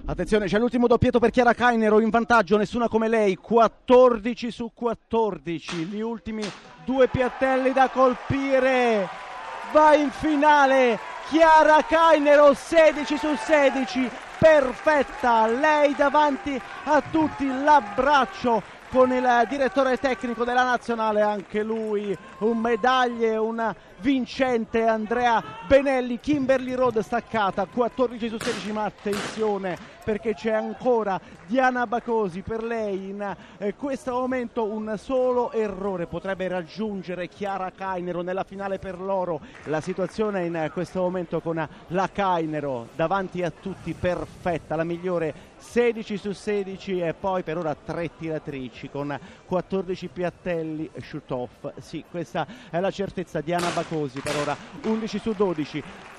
Attenzione, c'è l'ultimo doppietto per Chiara Cainero, in vantaggio, nessuna come lei, 14 su 14, gli ultimi due piattelli da colpire, va in finale Chiara Cainero, 16 su 16, perfetta, lei davanti a tutti, l'abbraccio con il direttore tecnico della nazionale, anche lui un medaglie, un vincente, Andrea Benelli. Kimberly Road staccata 14 su 16, ma attenzione perché c'è ancora Diana Bacosi. Per lei in questo momento un solo errore potrebbe raggiungere Chiara Cainero nella finale per l'oro. La situazione in questo momento con la Cainero davanti a tutti perfetta, la migliore, 16 su 16, e poi per ora 3 tiratrici con 14 piattelli shoot off. Sì, questa è la certezza. Diana Bacosi per ora 11 su 12,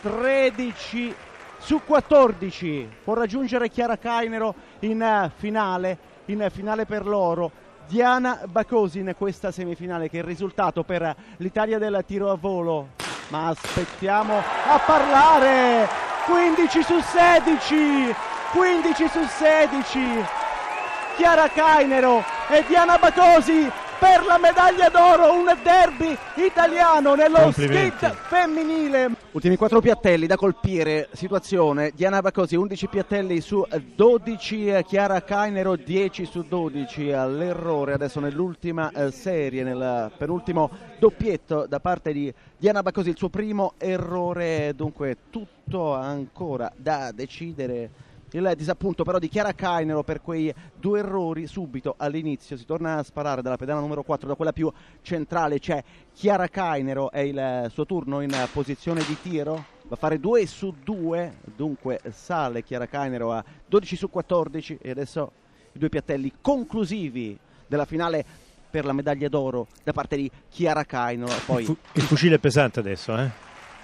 13 su 14, può raggiungere Chiara Cainero in finale per l'oro. Diana Bacosi in questa semifinale, che è il risultato per l'Italia del tiro a volo. Ma aspettiamo a parlare, 15 su 16, 15 su 16, Chiara Cainero e Diana Bacosi per la medaglia d'oro, un derby italiano nello skate femminile. Ultimi 4 piattelli da colpire, situazione, Diana Bacosi 11 piattelli su 12, Chiara Cainero 10 su 12 all'errore. Adesso nell'ultima serie, nel penultimo doppietto da parte di Diana Bacosi, il suo primo errore, dunque tutto ancora da decidere. Il disappunto però di Chiara Cainero per quei 2 errori subito all'inizio. Si torna a sparare dalla pedana numero 4, da quella più centrale c'è Chiara Cainero, è il suo turno in posizione di tiro, va a fare 2 su 2, dunque sale Chiara Cainero a 12 su 14 e adesso i 2 piattelli conclusivi della finale per la medaglia d'oro da parte di Chiara Cainero. Poi il fucile è pesante adesso,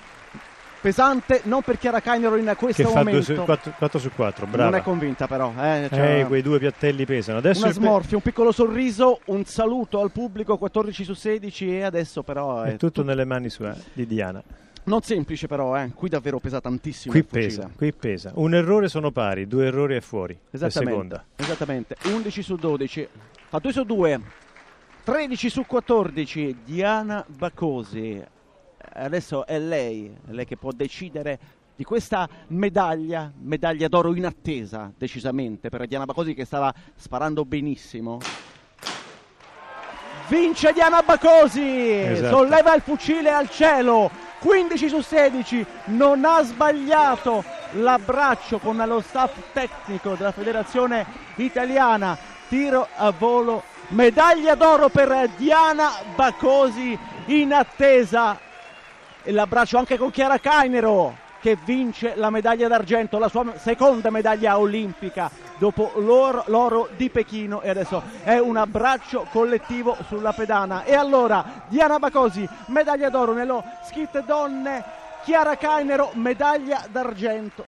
pesante non per Chiara Cainero in questo momento, 4 su 4, brava. Non è convinta però, quei 2 piattelli pesano. Adesso una smorfia, un piccolo sorriso, un saluto al pubblico, 14 su 16 e adesso però è tutto nelle mani di Diana. Non semplice però, qui davvero pesa tantissimo. Qui pesa. Un errore sono pari, 2 errori è fuori. Seconda. Esattamente, 11 su 12, fa 2 su 2, 13 su 14, Diana Bacosi. Adesso è lei che può decidere di questa medaglia d'oro in attesa, decisamente, per Diana Bacosi, che stava sparando benissimo. Vince Diana Bacosi, esatto. Solleva il fucile al cielo, 15 su 16, non ha sbagliato l'abbraccio con lo staff tecnico della Federazione Italiana Tiro a Volo. Medaglia d'oro per Diana Bacosi in attesa. E l'abbraccio anche con Chiara Cainero, che vince la medaglia d'argento, la sua seconda medaglia olimpica dopo l'oro di Pechino, e adesso è un abbraccio collettivo sulla pedana. E allora Diana Bacosi, medaglia d'oro nello skate donne, Chiara Cainero medaglia d'argento.